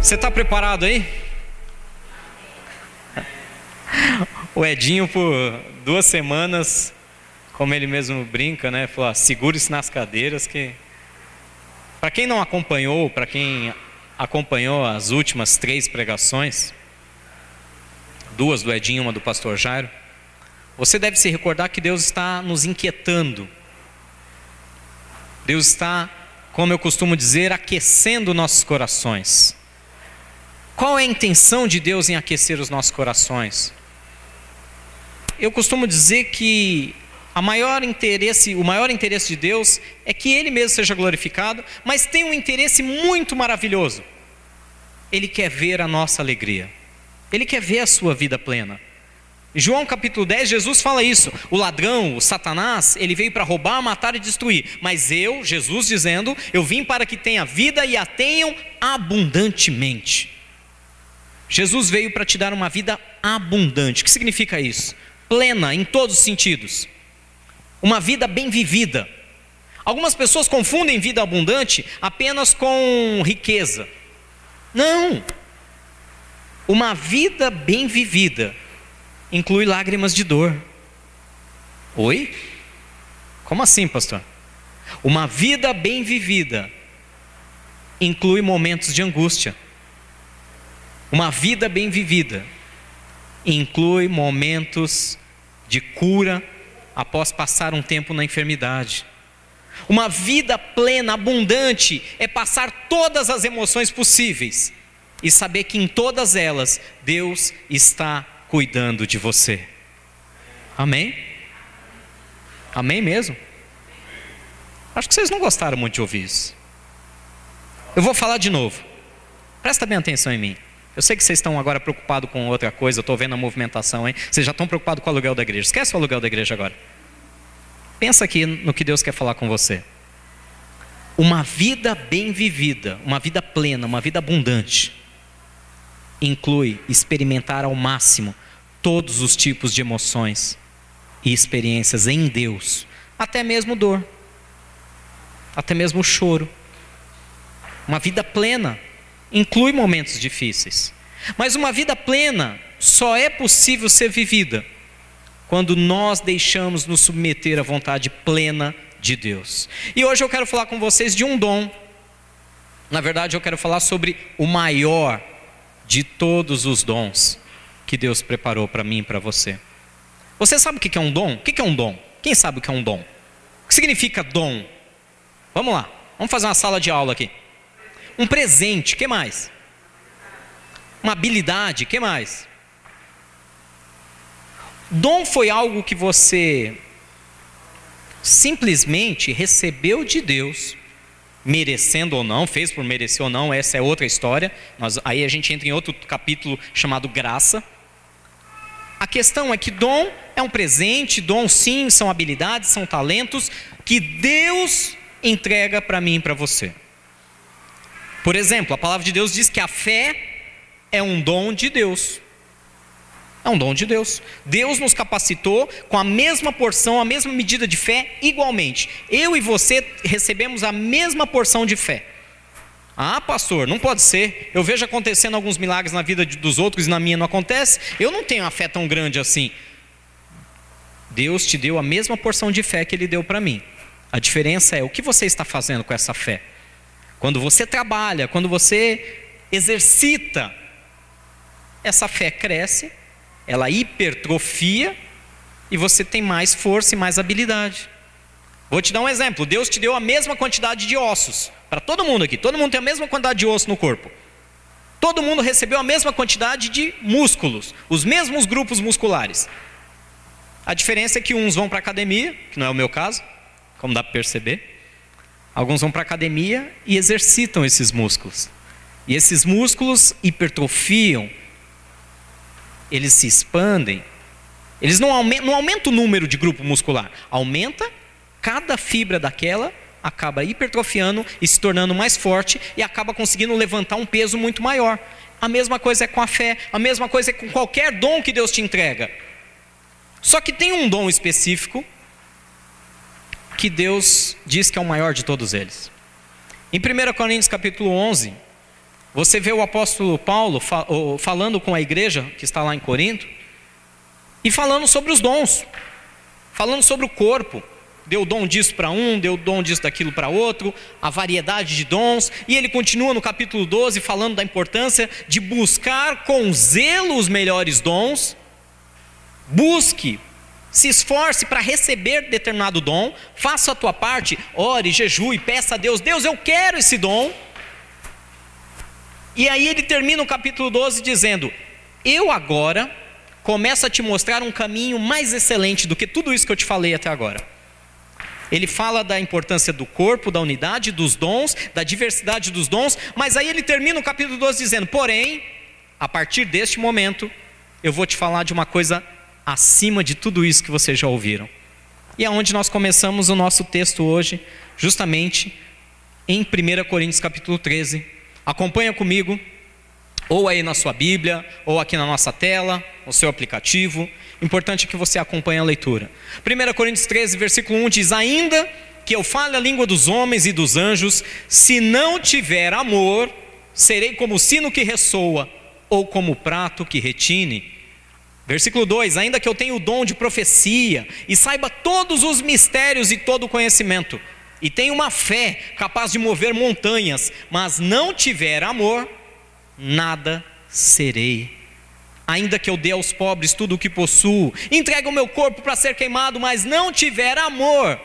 Você está preparado aí? O Edinho, por 2 semanas, como ele mesmo brinca, né? Falou: segure-se nas cadeiras que... Para quem não acompanhou, para quem acompanhou as últimas 3 pregações, 2 do Edinho, uma do pastor Jairo, você deve se recordar que Deus está nos inquietando. Deus está, como eu costumo dizer, aquecendo nossos corações. Qual é a intenção de Deus em aquecer os nossos corações? Eu costumo dizer que o maior interesse de Deus é que Ele mesmo seja glorificado, mas tem um interesse muito maravilhoso. Ele quer ver a nossa alegria. Ele quer ver a sua vida plena. Em João capítulo 10, Jesus fala isso. O ladrão, o Satanás, ele veio para roubar, matar e destruir. Mas eu, Jesus dizendo, eu vim para que tenha vida e a tenham abundantemente. Jesus veio para te dar uma vida abundante. O que significa isso? Plena em todos os sentidos. Uma vida bem vivida. Algumas pessoas confundem vida abundante apenas com riqueza. Não. Uma vida bem vivida inclui lágrimas de dor. Oi? Como assim, pastor? Uma vida bem vivida inclui momentos de angústia. Uma vida bem vivida inclui momentos de cura após passar um tempo na enfermidade. Uma vida plena, abundante, é passar todas as emoções possíveis e saber que em todas elas Deus está cuidando de você. Amém? Amém mesmo? Acho que vocês não gostaram muito de ouvir isso. Eu vou falar de novo. Presta bem atenção em mim. Eu sei que vocês estão agora preocupados com outra coisa. Eu estou vendo a movimentação, hein? Vocês já estão preocupados com o aluguel da igreja. Esquece o aluguel da igreja agora. Pensa aqui no que Deus quer falar com você. Uma vida bem vivida, uma vida plena, uma vida abundante, inclui experimentar ao máximo todos os tipos de emoções e experiências em Deus. Até mesmo dor. Até mesmo choro. Uma vida plena inclui momentos difíceis. Mas uma vida plena só é possível ser vivida quando nós deixamos nos submeter à vontade plena de Deus. E hoje eu quero falar com vocês de um dom. Na verdade, eu quero falar sobre o maior de todos os dons que Deus preparou para mim e para você. Você sabe o que é um dom? O que é um dom? Quem sabe o que é um dom? O que significa dom? Vamos lá, vamos fazer uma sala de aula aqui. Um presente, o que mais? Uma habilidade, o que mais? Dom foi algo que você simplesmente recebeu de Deus, merecendo ou não, fez por merecer ou não, essa é outra história. Aí a gente entra em outro capítulo chamado graça. A questão é que dom é um presente, dom sim, são habilidades, são talentos que Deus entrega para mim e para você. Por exemplo, a palavra de Deus diz que a fé é um dom de Deus. É um dom de Deus. Deus nos capacitou com a mesma porção, a mesma medida de fé, igualmente. Eu e você recebemos a mesma porção de fé. Ah, pastor, não pode ser. Eu vejo acontecendo alguns milagres na vida dos outros e na minha não acontece. Eu não tenho uma fé tão grande assim. Deus te deu a mesma porção de fé que Ele deu para mim. A diferença é o que você está fazendo com essa fé. Quando você trabalha, quando você exercita, essa fé cresce, ela hipertrofia e você tem mais força e mais habilidade. Vou te dar um exemplo. Deus te deu a mesma quantidade de ossos para todo mundo aqui. Todo mundo tem a mesma quantidade de osso no corpo. Todo mundo recebeu a mesma quantidade de músculos, os mesmos grupos musculares. A diferença é que uns vão para a academia, que não é o meu caso, como dá para perceber. Alguns vão para a academia e exercitam esses músculos. E esses músculos hipertrofiam, eles se expandem. Eles não aumentam o número de grupo muscular, aumenta cada fibra daquela, acaba hipertrofiando e se tornando mais forte e acaba conseguindo levantar um peso muito maior. A mesma coisa é com a fé, a mesma coisa é com qualquer dom que Deus te entrega. Só que tem um dom específico que Deus diz que é o maior de todos eles. Em 1 Coríntios capítulo 11, Você vê o apóstolo Paulo falando com a igreja que está lá em Corinto, e falando sobre os dons, falando sobre o corpo. Deu dom disso para um, deu dom disso daquilo para outro, a variedade de dons. E ele continua no capítulo 12 falando da importância de buscar com zelo os melhores dons. Busque, se esforce para receber determinado dom, faça a tua parte, ore, jejue, peça a Deus, Deus, eu quero esse dom. E aí ele termina o capítulo 12 dizendo: eu agora começo a te mostrar um caminho mais excelente do que tudo isso que eu te falei até agora. Ele fala da importância do corpo, da unidade, dos dons, da diversidade dos dons, mas aí ele termina o capítulo 12 dizendo: porém, a partir deste momento, eu vou te falar de uma coisa acima de tudo isso que vocês já ouviram. E é onde nós começamos o nosso texto hoje, justamente em 1 Coríntios capítulo 13. Acompanha comigo, ou aí na sua Bíblia, ou aqui na nossa tela, no seu aplicativo. Importante que você acompanhe a leitura. 1 Coríntios 13, versículo 1 diz: ainda que eu fale a língua dos homens e dos anjos, se não tiver amor, serei como o sino que ressoa, ou como o prato que retine. Versículo 2: ainda que eu tenha o dom de profecia, e saiba todos os mistérios e todo o conhecimento, e tenha uma fé capaz de mover montanhas, mas não tiver amor, nada serei. Ainda que eu dê aos pobres tudo o que possuo, entregue o meu corpo para ser queimado, mas não tiver amor,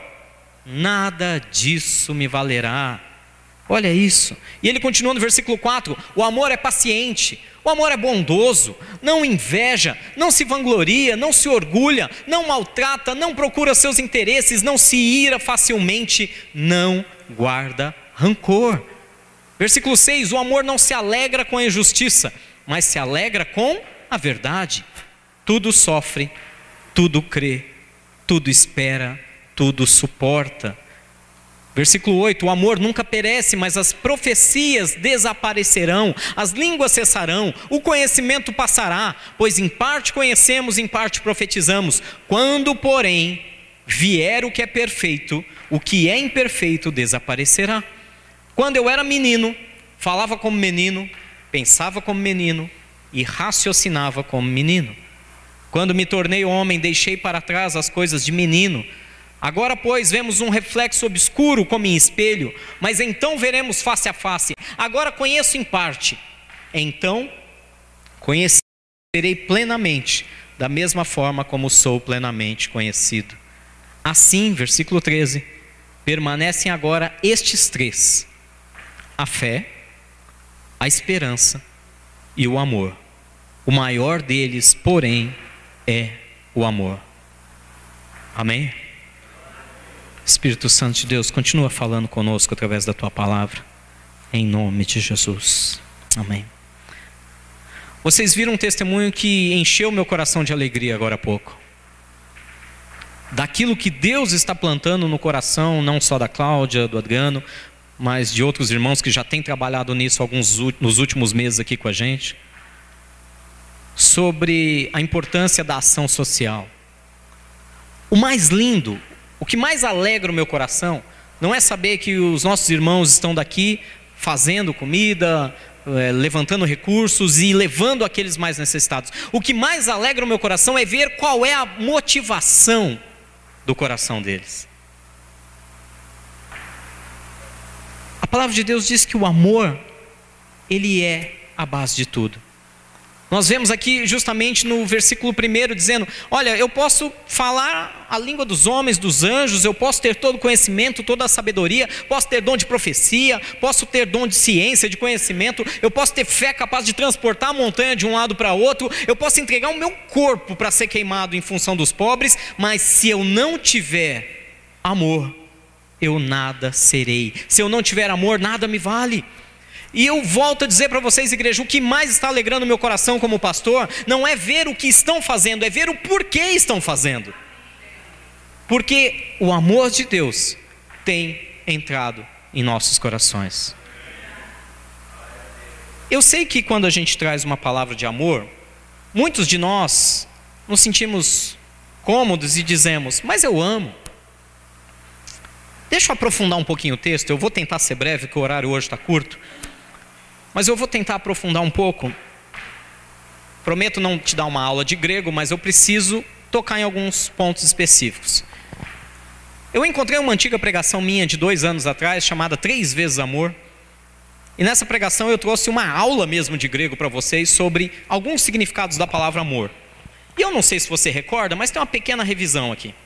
nada disso me valerá. Olha isso. E ele continua no versículo 4: o amor é paciente, o amor é bondoso, não inveja, não se vangloria, não se orgulha, não maltrata, não procura seus interesses, não se ira facilmente, não guarda rancor. Versículo 6: o amor não se alegra com a injustiça, mas se alegra com a verdade. Tudo sofre, tudo crê, tudo espera, tudo suporta. Versículo 8: o amor nunca perece, mas as profecias desaparecerão, as línguas cessarão, o conhecimento passará, pois em parte conhecemos, em parte profetizamos. Quando, porém, vier o que é perfeito, o que é imperfeito desaparecerá. Quando eu era menino, falava como menino, pensava como menino e raciocinava como menino. Quando me tornei homem, deixei para trás as coisas de menino. Agora, pois, vemos um reflexo obscuro como em espelho, mas então veremos face a face. Agora conheço em parte, então conhecerei plenamente, da mesma forma como sou plenamente conhecido. Assim, versículo 13, permanecem agora estes três: a fé, a esperança e o amor. O maior deles, porém, é o amor. Amém? Espírito Santo de Deus, continua falando conosco através da tua palavra, em nome de Jesus. Amém. Vocês viram um testemunho que encheu meu coração de alegria agora há pouco, daquilo que Deus está plantando no coração, não só da Cláudia, do Adriano, mas de outros irmãos que já têm trabalhado nisso nos últimos meses aqui com a gente, sobre a importância da ação social. O mais lindo, o que mais alegra o meu coração, não é saber que os nossos irmãos estão daqui fazendo comida, levantando recursos e levando aqueles mais necessitados. O que mais alegra o meu coração é ver qual é a motivação do coração deles. A palavra de Deus diz que o amor, ele é a base de tudo. Nós vemos aqui justamente no versículo 1 dizendo: olha, eu posso falar a língua dos homens, dos anjos, eu posso ter todo o conhecimento, toda a sabedoria, posso ter dom de profecia, posso ter dom de ciência, de conhecimento, eu posso ter fé capaz de transportar a montanha de um lado para outro, eu posso entregar o meu corpo para ser queimado em função dos pobres, mas se eu não tiver amor, eu nada serei. Se eu não tiver amor, nada me vale. E eu volto a dizer para vocês, igreja, o que mais está alegrando meu coração como pastor, não é ver o que estão fazendo, é ver o porquê estão fazendo. Porque o amor de Deus tem entrado em nossos corações. Eu sei que quando a gente traz uma palavra de amor, muitos de nós nos sentimos cômodos e dizemos: mas eu amo. Deixa eu aprofundar um pouquinho o texto, eu vou tentar ser breve, porque o horário hoje está curto. mas eu vou tentar aprofundar um pouco. Prometo não te dar uma aula de grego, mas eu preciso tocar em alguns pontos específicos. Eu encontrei uma antiga pregação minha de 2 anos atrás, chamada 3 vezes amor. E nessa pregação eu trouxe uma aula mesmo de grego para vocês sobre alguns significados da palavra amor. E eu não sei se você recorda, mas tem uma pequena revisão aqui.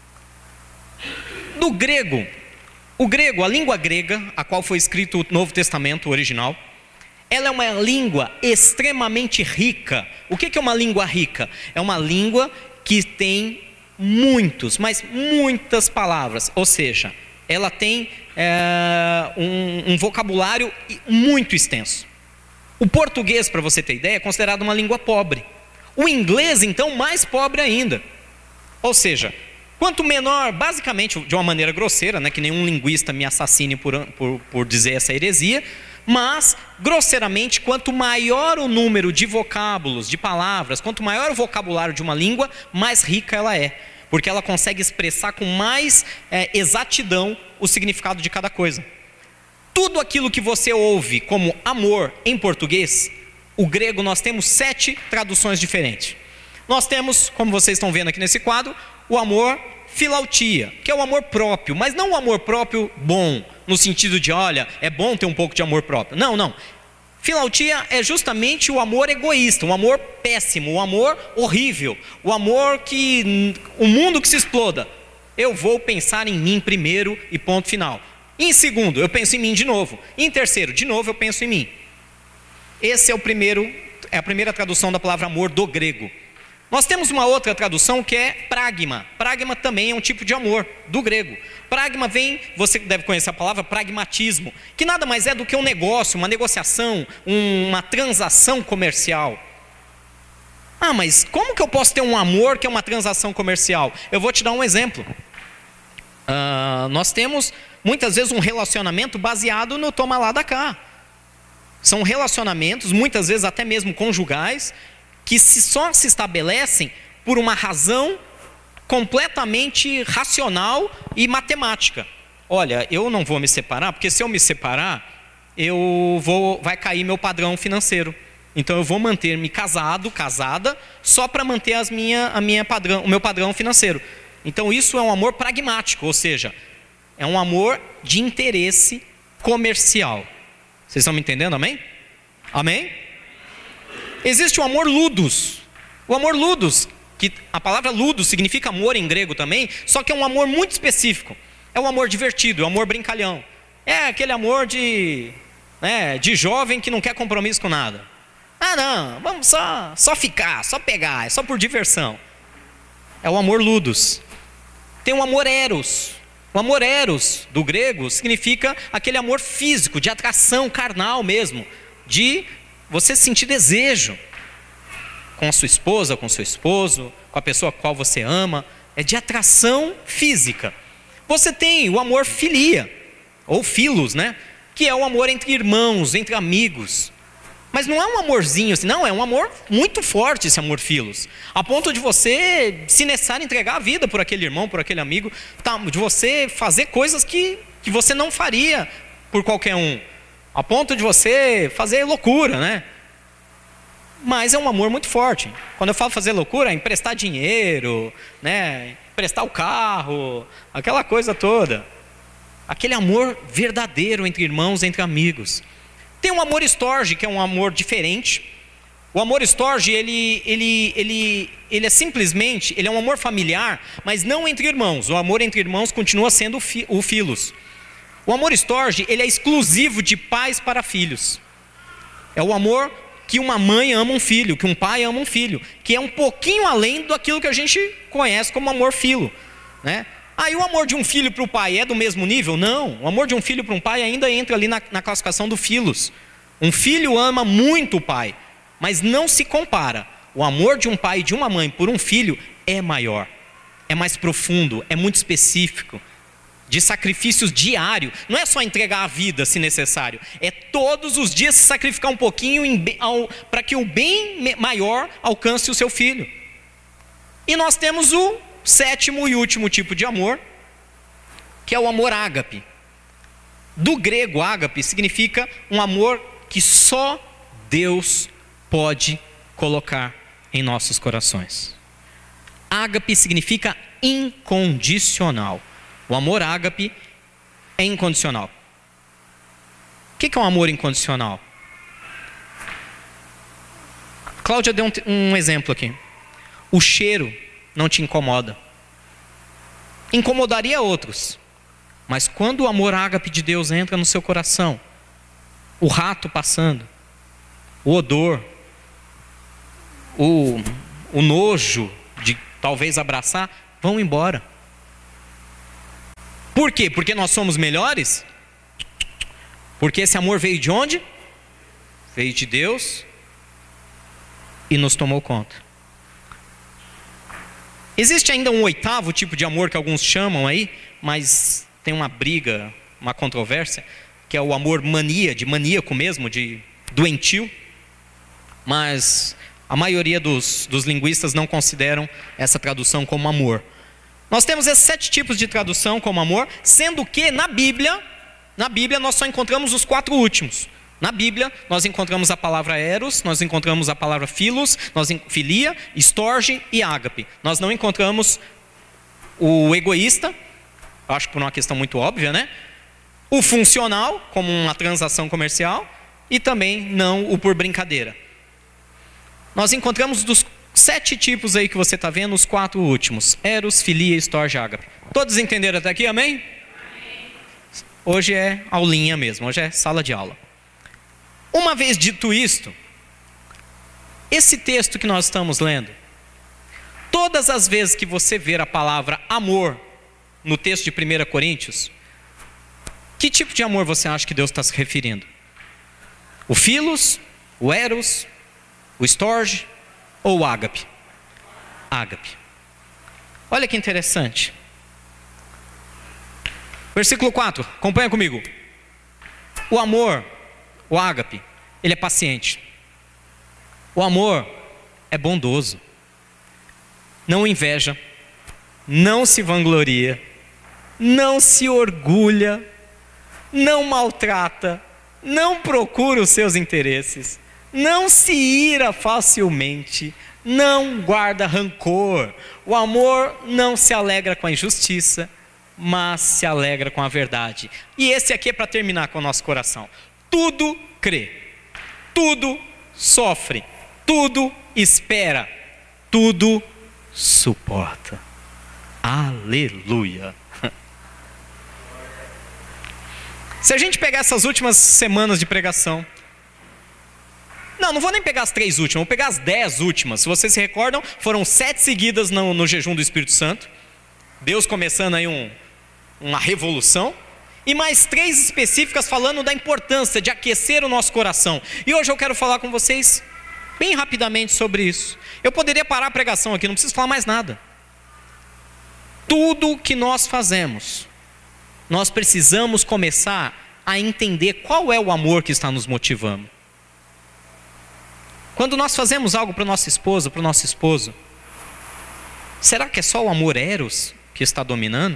Do grego, a língua grega, a qual foi escrito o Novo Testamento original, ela é uma língua extremamente rica. O que é uma língua rica? É uma língua que tem mas muitas palavras. Ou seja, ela tem um vocabulário muito extenso. O português, para você ter ideia, é considerado uma língua pobre. O inglês, então, mais pobre ainda. Ou seja, quanto menor, basicamente, de uma maneira grosseira, né, que nenhum linguista me assassine por dizer essa heresia, mas, grosseiramente, quanto maior o número de vocábulos, de palavras, quanto maior o vocabulário de uma língua, mais rica ela é. Porque ela consegue expressar com mais exatidão o significado de cada coisa. Tudo aquilo que você ouve como amor em português, o grego nós temos 7 traduções diferentes. Nós temos, como vocês estão vendo aqui nesse quadro, o amor filautia, que é o amor próprio, mas não o amor próprio bom, no sentido de, olha, é bom ter um pouco de amor próprio. Não, não. Filautia é justamente o amor egoísta, o amor péssimo, o amor horrível, o amor que o mundo que se exploda. Eu vou pensar em mim primeiro e ponto final. Em segundo, eu penso em mim de novo. Em terceiro, de novo eu penso em mim. Esse é a primeira tradução da palavra amor do grego. Nós temos uma outra tradução que é pragma. Pragma também é um tipo de amor do grego. Pragma vem, você deve conhecer a palavra pragmatismo, que nada mais é do que um negócio, uma negociação, uma transação comercial. Ah, mas como que eu posso ter um amor que é uma transação comercial? Eu vou te dar um exemplo. Nós temos muitas vezes um relacionamento baseado no toma lá da cá. São relacionamentos, muitas vezes até mesmo conjugais, que só se estabelecem por uma razão completamente racional e matemática. Olha, eu não vou me separar, porque se eu me separar, vai cair meu padrão financeiro. Então eu vou manter-me casada, só para manter o meu padrão financeiro. Então isso é um amor pragmático, ou seja, é um amor de interesse comercial. Vocês estão me entendendo, amém? Amém? Existe o amor ludus. O amor ludus, que a palavra ludus significa amor em grego também, só que é um amor muito específico. É um amor divertido, é um amor brincalhão. É aquele amor de jovem que não quer compromisso com nada. Ah não, vamos só ficar, só pegar, é só por diversão. É o amor ludus. Tem o amor eros. O amor eros do grego significa aquele amor físico, de atração carnal mesmo, de você sentir desejo com a sua esposa, com o seu esposo, com a pessoa a qual você ama, é de atração física. Você tem o amor filia, ou filos, né? Que é o amor entre irmãos, entre amigos. Mas não é um amorzinho assim, não, é um amor muito forte esse amor filos. A ponto de você, se necessário, entregar a vida por aquele irmão, por aquele amigo, de você fazer coisas que você não faria por qualquer um. A ponto de você fazer loucura, né? Mas é um amor muito forte. Quando eu falo fazer loucura, é emprestar dinheiro, né? Emprestar o carro, aquela coisa toda. Aquele amor verdadeiro entre irmãos, entre amigos. Tem um amor storge, que é um amor diferente. O amor storge, ele é simplesmente, ele é um amor familiar, mas não entre irmãos. O amor entre irmãos continua sendo o filos. O amor storge, ele é exclusivo de pais para filhos. É o amor que uma mãe ama um filho, que um pai ama um filho, que é um pouquinho além daquilo que a gente conhece como amor filo, né? E o amor de um filho para o pai é do mesmo nível? Não, o amor de um filho para um pai ainda entra ali na classificação do filos. Um filho ama muito o pai, mas não se compara. O amor de um pai e de uma mãe por um filho é maior, é mais profundo, é muito específico, de sacrifícios diários. Não é só entregar a vida se necessário, é todos os dias se sacrificar um pouquinho para que o bem maior alcance o seu filho. E nós temos o 7º e último tipo de amor, que é o amor ágape. Do grego, ágape significa um amor que só Deus pode colocar em nossos corações. Ágape significa incondicional. O amor ágape é incondicional. O que é um amor incondicional? Cláudia deu um exemplo aqui. O cheiro não te incomoda. Incomodaria outros. Mas quando o amor ágape de Deus entra no seu coração, o rato passando, o odor, o nojo de talvez abraçar, vão embora. Por quê? Porque nós somos melhores? Porque esse amor veio de onde? Veio de Deus e nos tomou conta. Existe ainda um oitavo tipo de amor que alguns chamam aí, mas tem uma briga, uma controvérsia, que é o amor mania, de maníaco mesmo, de doentio. Mas a maioria dos linguistas não consideram essa tradução como amor. Nós temos esses 7 tipos de tradução como amor, sendo que na Bíblia nós só encontramos os 4 últimos. Na Bíblia nós encontramos a palavra eros, nós encontramos a palavra philos, filia, storge e ágape. Nós não encontramos o egoísta, acho que por uma questão muito óbvia, né? O funcional, como uma transação comercial, e também não o por brincadeira. Nós encontramos dos 7 tipos aí que você está vendo, os 4 últimos: eros, filia, storge, ágape. Todos entenderam até aqui, amém? Amém. Hoje é aulinha mesmo, hoje é sala de aula. Uma vez dito isto, esse texto que nós estamos lendo, todas as vezes que você ver a palavra amor no texto de 1 Coríntios, que tipo de amor você acha que Deus está se referindo? O philos, o eros, o storge ou o ágape? Ágape. Olha que interessante. Versículo 4, acompanha comigo. O amor, o ágape, ele é paciente. O amor é bondoso. Não inveja, não se vangloria, não se orgulha, não maltrata, não procura os seus interesses, não se ira facilmente, não guarda rancor. O amor não se alegra com a injustiça, mas se alegra com a verdade. E esse aqui é para terminar com o nosso coração. Tudo crê, tudo sofre, tudo espera, tudo suporta. Aleluia. Se a gente pegar essas últimas semanas de pregação, não vou nem pegar as 3 últimas, vou pegar as 10 últimas. Se vocês se recordam, foram 7 seguidas no jejum do Espírito Santo, Deus começando aí uma revolução, e mais 3 específicas falando da importância de aquecer o nosso coração. E hoje eu quero falar com vocês bem rapidamente sobre isso. Eu poderia parar a pregação aqui, não preciso falar mais nada. Tudo que nós fazemos, nós precisamos começar a entender qual é o amor que está nos motivando. Quando nós fazemos algo para nossa esposa, para o nosso esposo, será que é só o amor eros que está dominando?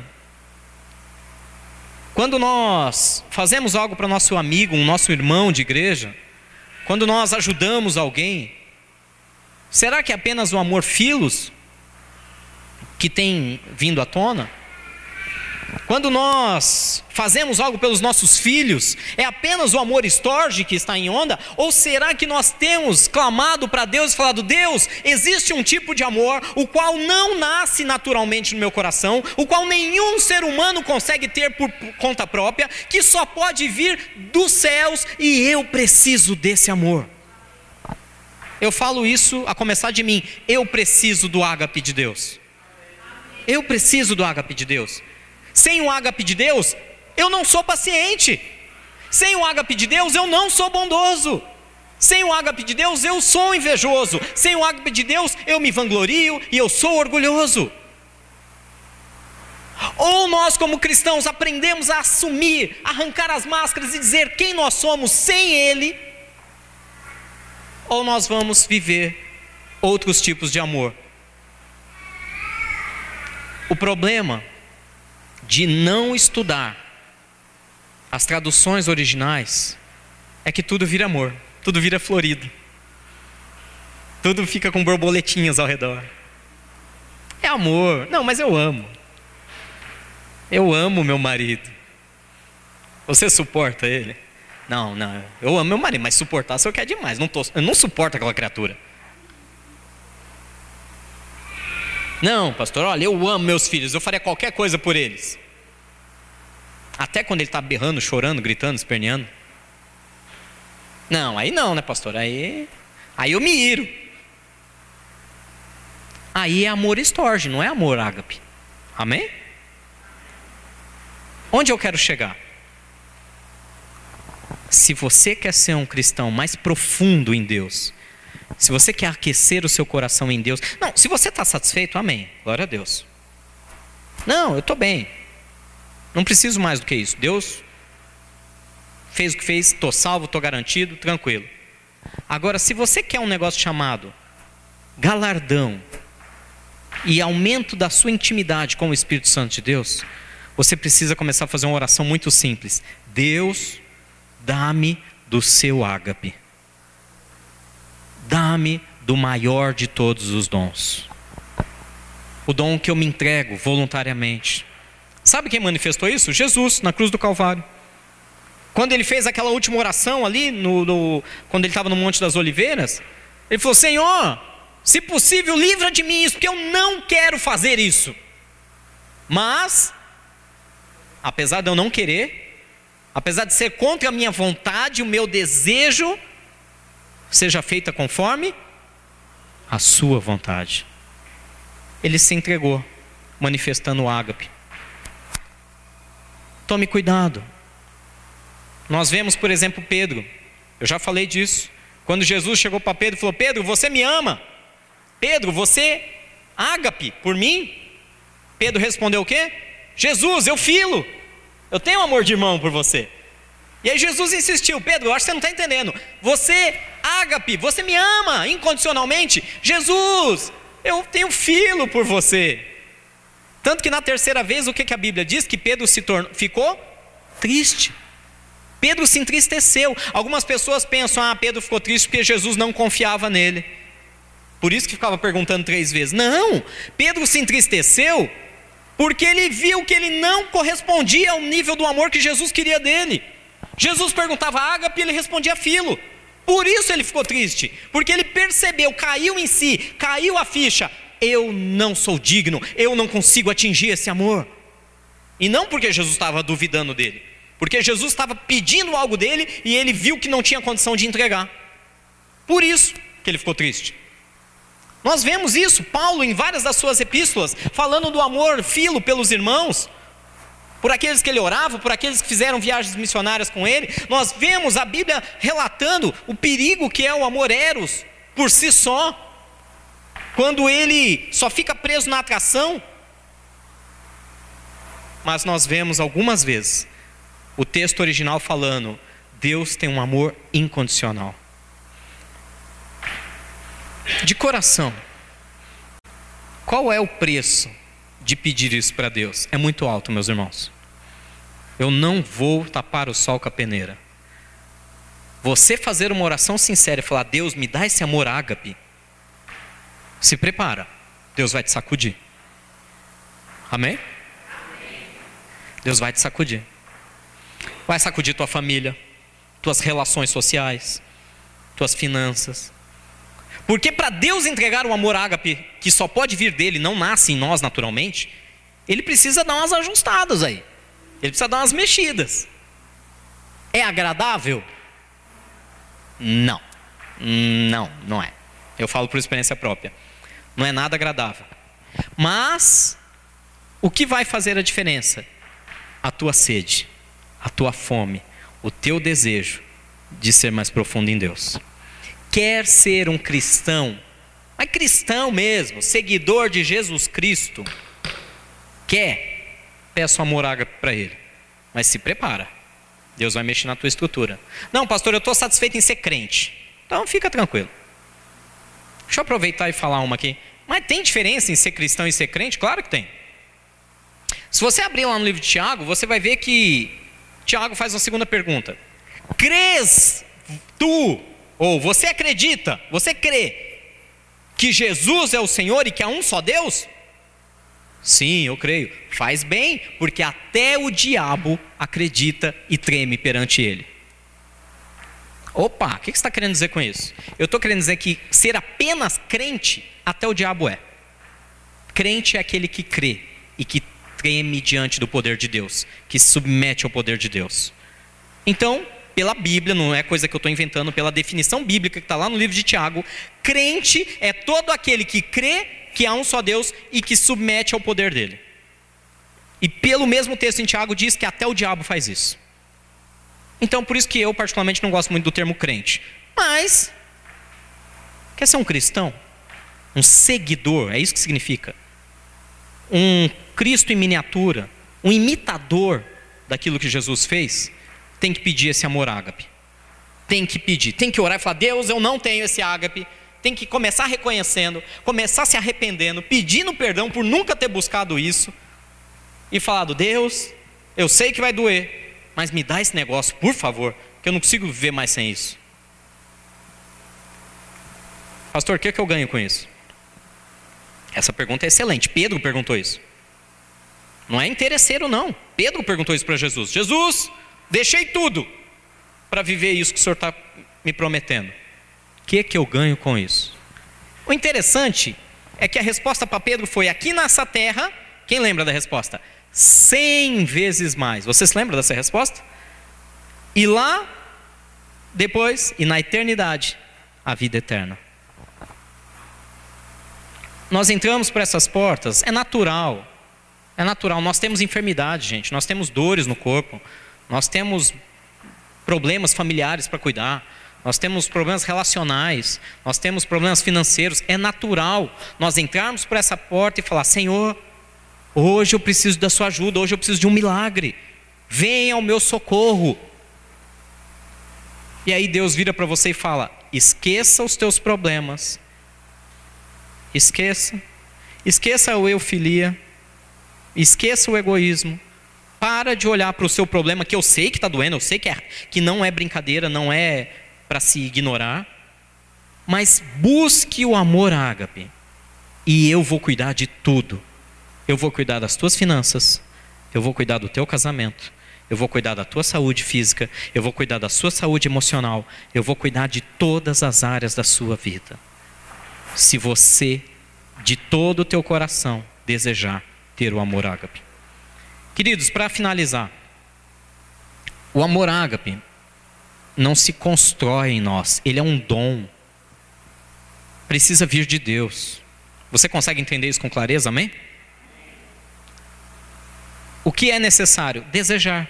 Quando nós fazemos algo para nosso amigo, um nosso irmão de igreja, quando nós ajudamos alguém, será que é apenas o amor philos que tem vindo à tona? Quando nós fazemos algo pelos nossos filhos, é apenas o amor storge que está em onda? Ou será que nós temos clamado para Deus e falado: Deus, existe um tipo de amor o qual não nasce naturalmente no meu coração, o qual nenhum ser humano consegue ter por conta própria, que só pode vir dos céus, e eu preciso desse amor. Eu falo isso a começar de mim. Eu preciso do ágape de Deus. Eu preciso do ágape de Deus. Sem o ágape de Deus, eu não sou paciente. Sem o ágape de Deus, eu não sou bondoso. Sem o ágape de Deus, eu sou invejoso. Sem o ágape de Deus, eu me vanglorio e eu sou orgulhoso. Ou nós, como cristãos, aprendemos a assumir, arrancar as máscaras e dizer quem nós somos sem Ele, ou nós vamos viver outros tipos de amor. O problema de não estudar as traduções originais é que tudo vira amor, tudo vira florido, tudo fica com borboletinhas ao redor. É amor. Não, mas eu amo. Eu amo meu marido. Você suporta ele? Não, eu amo meu marido, mas suportar se eu quero demais. Eu não suporto aquela criatura. Não, pastor, olha, eu amo meus filhos, eu faria qualquer coisa por eles. Até quando ele está berrando, chorando, gritando, esperneando. Não, aí não, né, pastor? Aí eu me iro. Aí é amor estorge, não é amor ágape. Amém? Onde eu quero chegar? Se você quer ser um cristão mais profundo em Deus, se você quer aquecer o seu coração em Deus, não, se você está satisfeito, amém, glória a Deus. Não, eu estou bem, não preciso mais do que isso. Deus fez o que fez, estou salvo, estou garantido, tranquilo. Agora, se você quer um negócio chamado galardão e aumento da sua intimidade com o Espírito Santo de Deus, você precisa começar a fazer uma oração muito simples. Deus, dá-me do seu ágape. Dá-me do maior de todos os dons. O dom que eu me entrego voluntariamente. Sabe quem manifestou isso? Jesus, na cruz do Calvário. Quando ele fez aquela última oração ali, quando ele estava no Monte das Oliveiras, ele falou: Senhor, se possível, livra de mim isso, porque eu não quero fazer isso. Mas, apesar de eu não querer, apesar de ser contra a minha vontade, o meu desejo, seja feita conforme a sua vontade. Ele se entregou, manifestando o ágape. Tome cuidado. Nós vemos, por exemplo, Pedro. Eu já falei disso. Quando Jesus chegou para Pedro e falou: Pedro, você me ama? Pedro, você ágape por mim? Pedro respondeu o quê? Jesus, eu filo. Eu tenho amor de irmão por você. E aí Jesus insistiu: Pedro, eu acho que você não está entendendo. Você, ágape, você me ama incondicionalmente. Jesus, eu tenho filo por você. Tanto que na terceira vez, o que a Bíblia diz? Que Pedro ficou triste. Pedro se entristeceu. Algumas pessoas pensam: Pedro ficou triste porque Jesus não confiava nele. Por isso que ficava perguntando 3 vezes. Não, Pedro se entristeceu porque ele viu que ele não correspondia ao nível do amor que Jesus queria dele. Jesus perguntava ágape e ele respondia filo. Por isso ele ficou triste, porque ele percebeu, caiu em si, caiu a ficha: eu não sou digno, eu não consigo atingir esse amor. E não porque Jesus estava duvidando dele, porque Jesus estava pedindo algo dele e ele viu que não tinha condição de entregar. Por isso que ele ficou triste. Nós vemos isso, Paulo em várias das suas epístolas, falando do amor filo pelos irmãos, por aqueles que ele orava, por aqueles que fizeram viagens missionárias com ele. Nós vemos a Bíblia relatando o perigo que é o amor eros por si só, quando ele só fica preso na atração. Mas nós vemos algumas vezes o texto original falando: Deus tem um amor incondicional. De coração, qual é o preço de pedir isso para Deus? É muito alto, meus irmãos. Eu não vou tapar o sol com a peneira. Você fazer uma oração sincera e falar: Deus, me dá esse amor ágape, se prepara, Deus vai te sacudir. Amém? Deus vai te sacudir. Vai sacudir tua família, tuas relações sociais, tuas finanças. Porque para Deus entregar o amor ágape, que só pode vir dele, não nasce em nós naturalmente, ele precisa dar umas ajustadas aí. Ele precisa dar umas mexidas. É agradável? Não. Não é. Eu falo por experiência própria. Não é nada agradável. Mas o que vai fazer a diferença? A tua sede, a tua fome, o teu desejo de ser mais profundo em Deus. Quer ser um cristão, mas cristão mesmo, seguidor de Jesus Cristo, peça o amor ágape para ele, mas se prepara, Deus vai mexer na tua estrutura. Não, pastor, eu estou satisfeito em ser crente. Então fica tranquilo. Deixa eu aproveitar e falar uma aqui. Mas tem diferença em ser cristão e ser crente? Claro que tem. Se você abrir lá no livro de Tiago, você vai ver que Tiago faz uma segunda pergunta: crês tu, ou você acredita, você crê que Jesus é o Senhor e que há um só Deus? Sim, eu creio. Faz bem, porque até o diabo acredita e treme perante ele. Opa, o que você está querendo dizer com isso? Eu estou querendo dizer que ser apenas crente, até o diabo é. Crente é aquele que crê e que treme diante do poder de Deus, que se submete ao poder de Deus. Então, pela Bíblia, não é coisa que eu estou inventando, pela definição bíblica que está lá no livro de Tiago, crente é todo aquele que crê que há um só Deus e que submete ao poder dele. E pelo mesmo texto em Tiago diz que até o diabo faz isso. Então, por isso que eu particularmente não gosto muito do termo crente. Mas, quer ser um cristão? Um seguidor, é isso que significa. Um Cristo em miniatura, um imitador daquilo que Jesus fez, tem que pedir esse amor ágape. Tem que pedir, tem que orar e falar: Deus, eu não tenho esse ágape. Tem que começar reconhecendo, começar se arrependendo, pedindo perdão por nunca ter buscado isso. E falando: Deus, eu sei que vai doer, mas me dá esse negócio, por favor, que eu não consigo viver mais sem isso. Pastor, o que eu ganho com isso? Essa pergunta é excelente. Pedro perguntou isso. Não é interesseiro, não. Pedro perguntou isso para Jesus. Jesus, deixei tudo para viver isso que o Senhor está me prometendo. O que eu ganho com isso? O interessante é que a resposta para Pedro foi: aqui nessa terra, quem lembra da resposta? 100 vezes mais. Você se lembra dessa resposta? E lá, depois, e na eternidade, a vida eterna. Nós entramos por essas portas, é natural. É natural, nós temos enfermidade, gente. Nós temos dores no corpo. Nós temos problemas familiares para cuidar. Nós temos problemas relacionais, nós temos problemas financeiros. É natural nós entrarmos por essa porta e falar: Senhor, hoje eu preciso da sua ajuda, hoje eu preciso de um milagre, venha ao meu socorro. E aí Deus vira para você e fala: esqueça os teus problemas, esqueça a eufilia, esqueça o egoísmo, para de olhar para o seu problema, que eu sei que está doendo, eu sei que não é brincadeira, não é para se ignorar, mas busque o amor ágape, e eu vou cuidar de tudo. Eu vou cuidar das tuas finanças, eu vou cuidar do teu casamento, eu vou cuidar da tua saúde física, eu vou cuidar da sua saúde emocional, eu vou cuidar de todas as áreas da sua vida. Se você, de todo o teu coração, desejar ter o amor ágape. Queridos, para finalizar, o amor ágape não se constrói em nós, ele é um dom. Precisa vir de Deus. Você consegue entender isso com clareza, amém? O que é necessário? Desejar.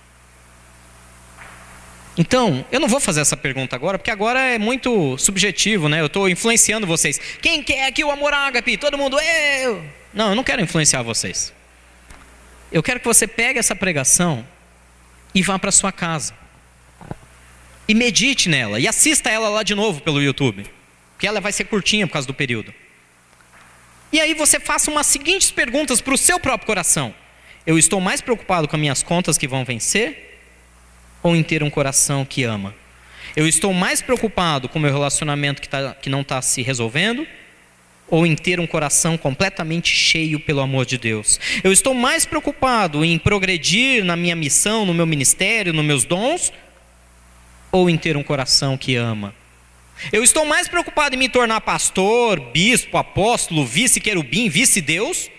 Então, eu não vou fazer essa pergunta agora, porque agora é muito subjetivo, né? Eu estou influenciando vocês. Quem quer aqui o amor ágape? Todo mundo, eu. Não, eu não quero influenciar vocês. Eu quero que você pegue essa pregação e vá para sua casa. E medite nela, e assista ela lá de novo pelo YouTube, porque ela vai ser curtinha por causa do período. E aí você faça umas seguintes perguntas para o seu próprio coração: eu estou mais preocupado com as minhas contas que vão vencer, ou em ter um coração que ama? Eu estou mais preocupado com o meu relacionamento que não está se resolvendo, ou em ter um coração completamente cheio pelo amor de Deus? Eu estou mais preocupado em progredir na minha missão, no meu ministério, nos meus dons, ou em ter um coração que ama? Eu estou mais preocupado em me tornar pastor, bispo, apóstolo, vice-querubim, vice-deus,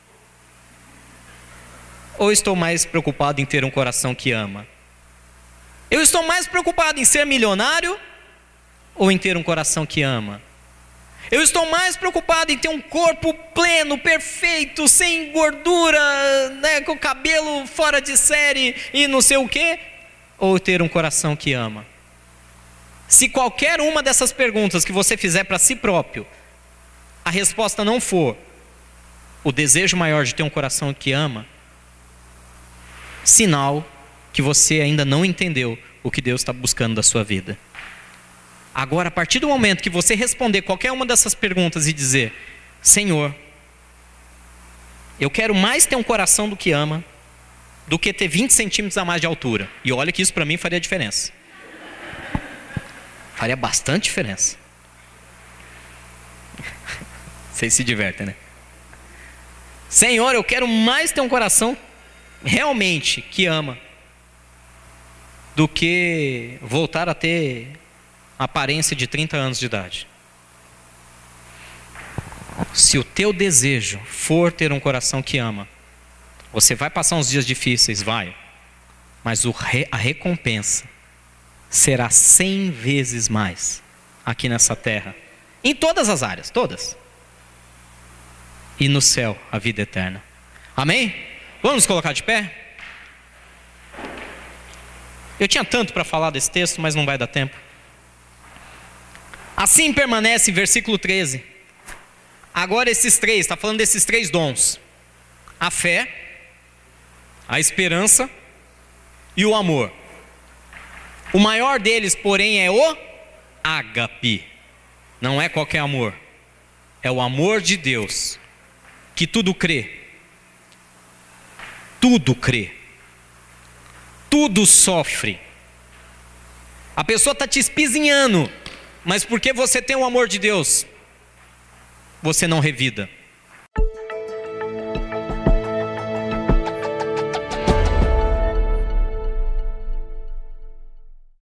ou estou mais preocupado em ter um coração que ama? Eu estou mais preocupado em ser milionário, ou em ter um coração que ama? Eu estou mais preocupado em ter um corpo pleno, perfeito, sem gordura, né, com o cabelo fora de série e não sei o quê, ou ter um coração que ama? Se qualquer uma dessas perguntas que você fizer para si próprio, a resposta não for o desejo maior de ter um coração que ama, sinal que você ainda não entendeu o que Deus está buscando da sua vida. Agora, a partir do momento que você responder qualquer uma dessas perguntas e dizer: Senhor, eu quero mais ter um coração do que ama, do que ter 20 centímetros a mais de altura. E olha que isso para mim faria diferença. Faria bastante diferença. Vocês se divertem, né? Senhor, eu quero mais ter um coração realmente que ama, do que voltar a ter a aparência de 30 anos de idade. Se o teu desejo for ter um coração que ama, você vai passar uns dias difíceis, vai, mas a recompensa será 100 vezes mais aqui nessa terra, em todas as áreas, todas. E no céu, a vida eterna. Amém? Vamos nos colocar de pé? Eu tinha tanto para falar desse texto, mas não vai dar tempo. Assim permanece, versículo 13. Agora esses três, está falando desses três dons: a fé, a esperança e o amor. O maior deles, porém, é o ágape. Não é qualquer amor. É o amor de Deus, que tudo crê. Tudo crê. Tudo sofre. A pessoa está te espizinhando, mas porque você tem o amor de Deus, você não revida.